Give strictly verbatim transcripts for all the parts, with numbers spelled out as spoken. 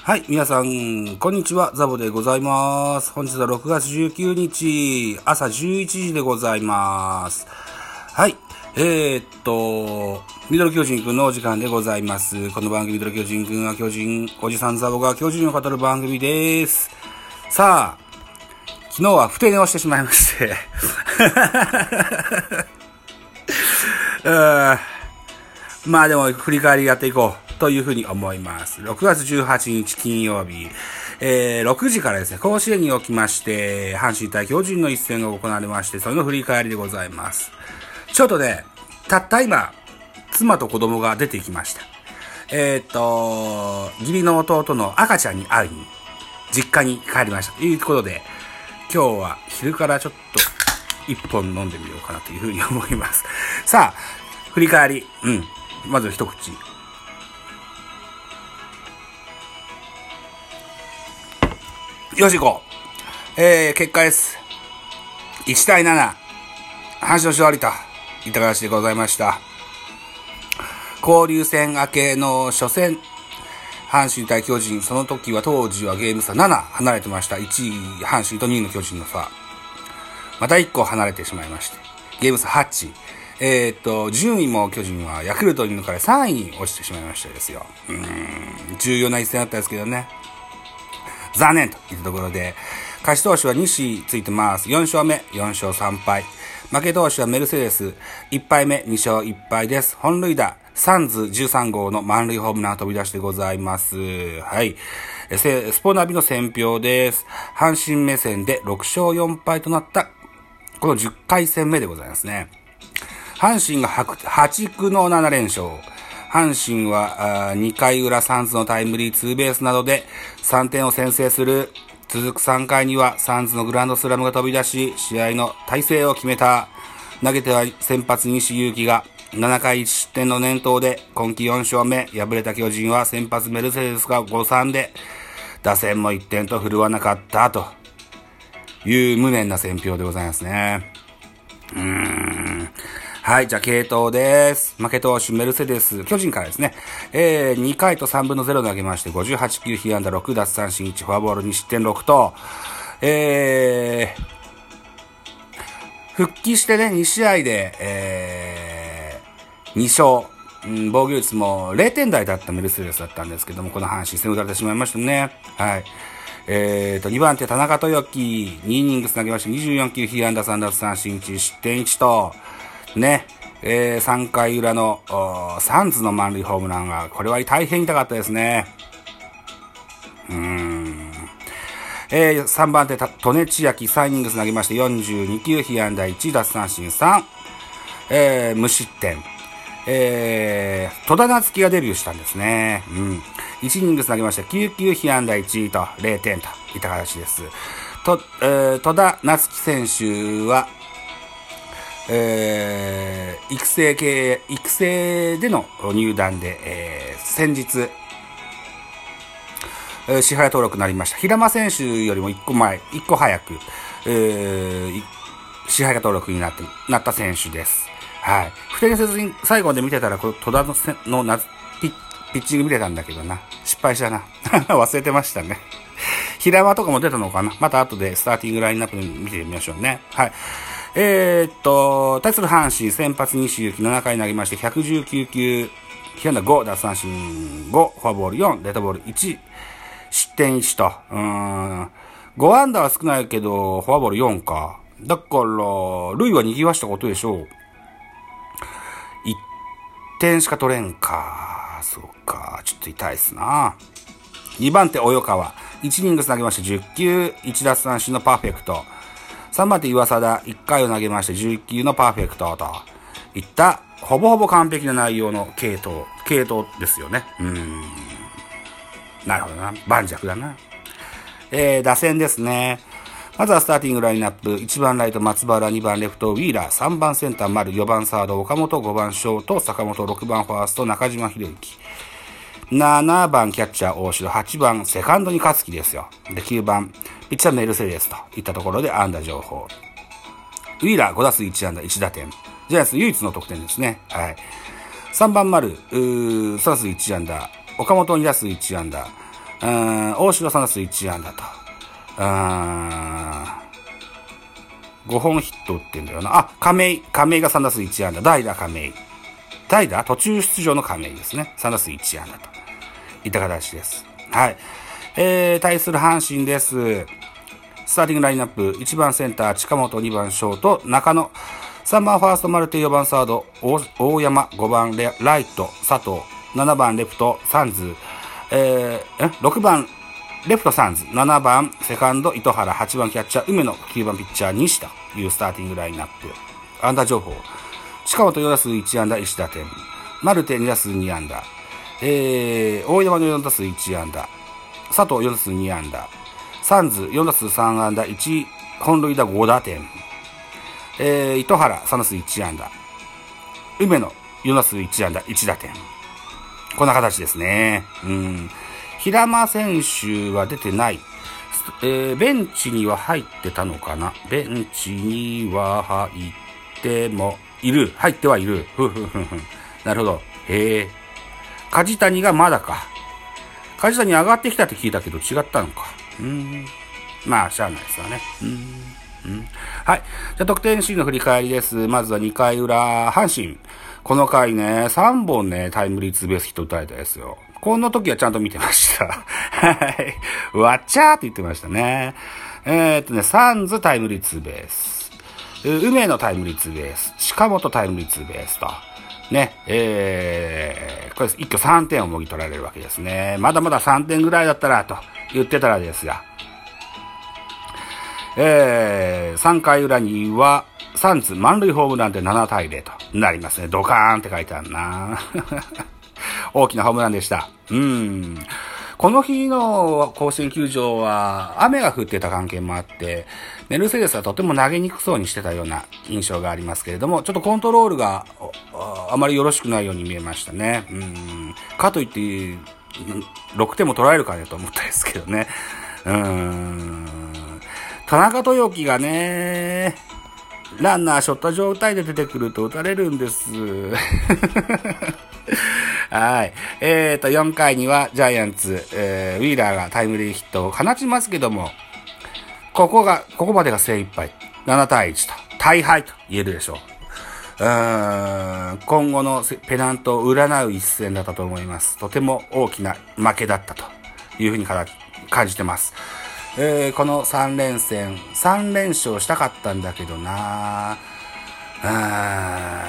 はい、皆さん、こんにちは、ザボでございます。本日はろくがつじゅうくにち、朝じゅういちじでございます。はい、えー、っと、ミドル巨人くんのお時間でございます。この番組、ミドル巨人くんは巨人、おじさんザボが巨人を語る番組です。さあ、昨日は不定寝をしてしまいまして、まあでも振り返りやっていこうというふうに思います。ろくがつじゅうはちにち金曜日、えー、ろくじからですね、甲子園に起きまして、阪神対巨人の一戦が行われまして、それの振り返りでございます。ちょっとね、たった今、妻と子供が出てきました。えー、っと、義理の弟の赤ちゃんに会いに、実家に帰りました。ということで、今日は昼からちょっと一本飲んでみようかなというふうに思います。さあ、振り返り、うん。まず一口。よし行こう。えー、結果です。いちたいなな。阪神の勝利といった形でございました。交流戦明けの初戦、阪神対巨人、その時は当時はゲーム差なな離れてました。いちい阪神とにいの巨人の差。またいっこ離れてしまいまして。ゲーム差はち。えー、っと、順位も巨人はヤクルトに抜かれさんいに落ちてしまいましたですよ。うーん、重要な一戦だったんですけどね。残念といったところで、勝ち投手は西ついてます。よんしょうめ、よんしょうさんぱい。負け投手はメルセデス、いっぱいめ、にしょういっぱいです。本塁打、サンズじゅうさんごうの満塁ホームラン飛び出しでございます。はい。スポナビの選評です。阪神目線でろくしょうよんぱいとなった、このじゅっかいせんめでございますね。阪神がはちくのななれんしょう。阪神はにかい裏サンズのタイムリーツーベースなどでさんてんを先制する。続くさんかいにはサンズのグランドスラムが飛び出し、試合の大勢を決めた。投げては先発西勇輝がななかいいちしってんの念頭で今季よんしょうめ。敗れた巨人は先発メルセデスがごたいさんで打線もいってんと振るわなかったという無念な選評でございますね。うーん。はい、じゃあ、継投です。負け投手、メルセデス、巨人からですね。えー、にかいとさんぶんのゼロ投げまして、ごじゅうはちきゅう、被安打ろく、奪三振いち、フォアボールにしってんろくと、えー、復帰してね、にしあいで、えー、にしょう、うん、防御率もれいてんだいだったメルセデスだったんですけども、この阪神戦打たれてしまいましたね。はい。えーと、にばんて田中豊樹、にイニングス投げまして、にじゅうよんきゅう、被安打さん、奪三振いち、失点いちと、ね、えー、さんかい裏のサンズの満塁ホームランが、これは大変痛かったですね。うーん。えー、さんばんて戸根千秋、さんイニングス投げまして、よんじゅうにきゅう、被安打いち、奪三振さん、えー、無失点。えー、戸田夏樹がデビューしたんですね。うん。いちイニングス投げまして、きゅうきゅう、被安打いちとれいてんといった形です。と、えー、戸田夏樹選手は、えー、育成系、育成での入団で、えー、先日、えー、支払い登録になりました。平間選手よりもいっこまえ、いっこ早く、えー、支払い登録になって、なった選手です。はい。不定せずに最後まで見てたら、この戸田のせの夏ピ、ピッチング見れたんだけどな。失敗したな。忘れてましたね。平間とかも出たのかな。また後でスターティングラインナップ見てみましょうね。はい。えー、っと、対する阪神、先発西勇輝ななかい投げまして、ひゃくじゅうきゅうきゅう、被安打ご、奪三振ご、フォアボールよん、デッドボールいち、失点いちと、うーん、ご安打は少ないけど、フォアボールよんか。だから、塁は賑わしたことでしょう。いってんしか取れんか。そうか、ちょっと痛いっすな。にばんて及川、いちイニングス投げましてじゅっきゅう、いち奪三振のパーフェクト。さんばんて岩貞、いっかいを投げましてじゅういっきゅうのパーフェクトといったほぼほぼ完璧な内容の系統、系統ですよね。うーん。なるほどな。盤石だな。えー、打線ですね。まずはスターティングラインナップ。いちばんライト松原、にばんレフトウィーラー、さんばんセンター丸、よばんサード岡本、ごばんショート坂本、ろくばんファースト中島博之。ななばんキャッチャー大城、はちばんセカンドに勝木ですよ。で、きゅうばんピッチャーメルセデスといったところで安打情報。ウィーラーごだすういち安打いち打点。ジャイアンツ唯一の得点ですね。はい。さんばん丸、さんだすういち安打。岡本にだすういち安打。 うん、大城さん打数いち安打と。うん、ごほんヒット打ってんだよな。あ、亀井。亀井がさん打数いち安打。代打亀井。代打途中出場の亀井ですね。さん打数いち安打といった形です。はい。えー、対する阪神です。スターティングラインナップ。いちばんセンター、近本、にばんショート、中野。さんばんファースト、マルテ、よばんサード、大山、ごばんライト、佐藤、ななばんレフト、サンズ、えー、ろくばんレフトサンズ、ななばんセカンド、糸原、はちばんキャッチャー、梅野、きゅうばんピッチャー、西というスターティングラインナップ。安打情報。近本よん打数いち安打いち打点。マルテに打数に安打。えー、大山のよん打数いち安打。佐藤よん打数に安打。サンズよん打数さん安打いち本塁打ご打点。えー、糸原さん打数いち安打。梅野よん打数いち安打いち打点。こんな形ですね。うん。平間選手は出てない。えー、ベンチには入ってたのかな。ベンチには入ってもいる。入ってはいる。ふふふふ。なるほど。へえ。梶谷がまだか。梶谷上がってきたって聞いたけど違ったのか。うーん。まあ、しゃあないですよね。うーん。うん、はい。じゃあ、得点シーンの振り返りです。まずはにかい裏、阪神。この回ね、さんぼんね、タイムリーツーベースヒット打たれたですよ。この時はちゃんと見てました。はい。わっちゃーって言ってましたね。えー、っとね、サンズタイムリーツーベース。梅野タイムリーツーベース。近本タイムリーツーベースと。ね、えー、これ一挙さんてんをもぎ取られるわけですね。まだまださんてんぐらいだったらと言ってたらですが。えー、さんかい裏には、サンズ満塁ホームランでななたいゼロとなりますね。ドカーンって書いてあるな大きなホームランでした。うん。この日の甲子園球場は雨が降ってた関係もあって、メルセデスはとても投げにくそうにしてたような印象がありますけれども、ちょっとコントロールがあまりよろしくないように見えましたね。うん。かといってろくてんも取られるかねと思ったんですけどね。うーん。田中豊樹がね、ランナーショット状態で出てくると打たれるんです。はい。えーと、よんかいにはジャイアンツ、えー、ウィーラーがタイムリーヒットを放ちますけども、ここが、ここまでが精一杯。ななたいいちと、大敗と言えるでしょう。うーん、今後のペナントを占う一戦だったと思います。とても大きな負けだったというふうにから感じてます。えー、このさん連戦、さん連勝したかったんだけどなぁ。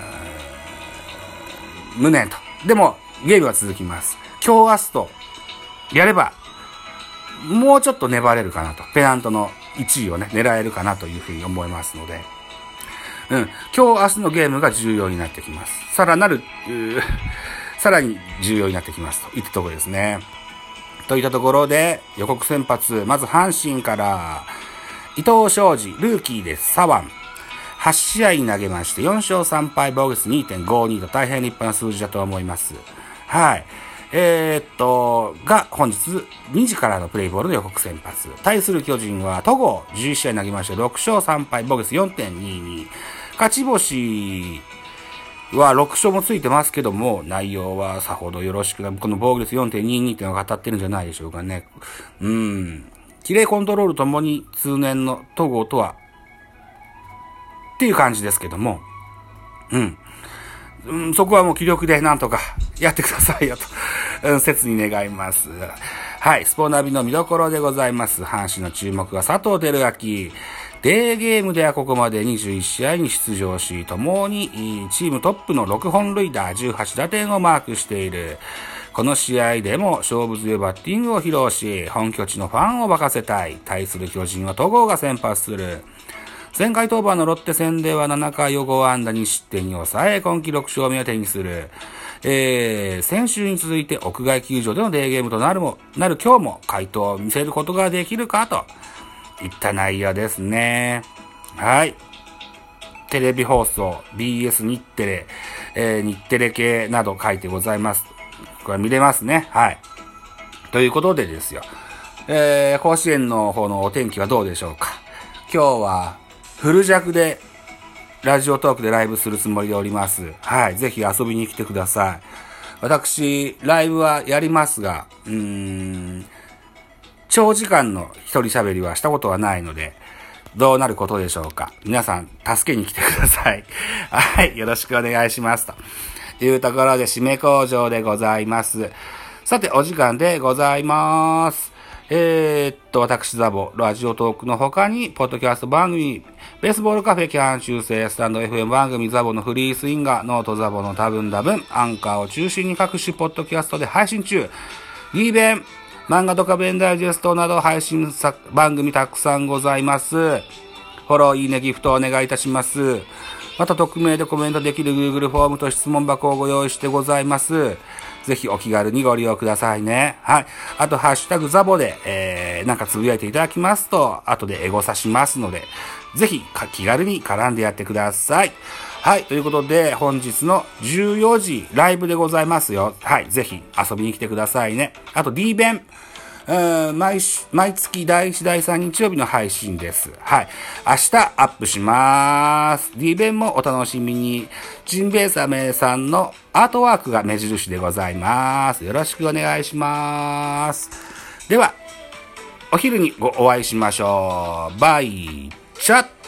無念と。でも、ゲームは続きます。今日明日と、やれば、もうちょっと粘れるかなと。ペナントのいちいをね、狙えるかなというふうに思いますので。うん。今日明日のゲームが重要になってきます。さらなる、さらに重要になってきますといったところですね。といったところで、予告先発、まず阪神から、伊藤昌司、ルーキーです。左腕。はち試合に投げまして、よん勝さん敗、防御率 にてんごに と大変立派な数字だと思います。はい。えー、っと、が、本日にじからのプレイボールの予告先発。対する巨人は、戸郷、じゅういち試合投げまして、ろく勝さん敗、防御率 よんてんにに。勝ち星はろく勝もついてますけども、内容はさほどよろしくない。この防御率 よんてんにに っていうのが当たってるんじゃないでしょうかね。うん。キレコントロールともに通年の戸郷とは、っていう感じですけども、うん。うん、そこはもう気力でなんとかやってくださいよと、うん、切に願います。はい、スポナビの見どころでございます。阪神の注目は佐藤輝明。デーゲームではここまでにじゅういち試合に出場し、ともにチームトップのろく本塁打、じゅうはち打点をマークしている。この試合でも勝負強いバッティングを披露し、本拠地のファンを沸かせたい。対する巨人は戸郷が先発する。前回登板のロッテ戦ではなな回をご安打に失点に抑え、今季ろく勝目を手にする。えー、先週に続いて屋外球場でのデーゲームとなるも、なる今日も回答を見せることができるかといった内容ですね。はい。テレビ放送、ビーエス 日テレ、えー、日テレ系など書いてございます。これ見れますね。はい。ということでですよ。えー、甲子園の方のお天気はどうでしょうか。今日は、フル弱でラジオトークでライブするつもりでおります。はい。ぜひ遊びに来てください。 私、ライブはやりますが、うーん、長時間の一人喋りはしたことはないので、どうなることでしょうか。皆さん、助けに来てください。はい、よろしくお願いします。というところで、締め工場でございます。さて、お時間でございます。えー、っと、私ザボ、ラジオトークの他に、ポッドキャスト番組、ベースボールカフェキャン中世、スタンド エフエム 番組ザボのフリースインガー、ノートザボの多分多分、アンカーを中心に各種ポッドキャストで配信中。D 弁、漫画とか弁ダイジェストなど配信番組たくさんございます。フォロー、いいね、ギフトお願いいたします。また、匿名でコメントできる Google フォームと質問箱をご用意してございます。ぜひお気軽にご利用くださいね。はい。あと、ハッシュタグザボで、えー、なんかつぶやいていただきますと、後でエゴサしますので、ぜひ気軽に絡んでやってください。はい。ということで、本日のじゅうよじライブでございますよ。はい。ぜひ遊びに来てくださいね。あと D 弁。毎, 毎月だいいちだいさん日曜日の配信です。はい。明日アップします。D 弁もお楽しみに。ジンベエザメさんのアートワークが目印でございます。よろしくお願いします。では、お昼にごお会いしましょう。バイチャッ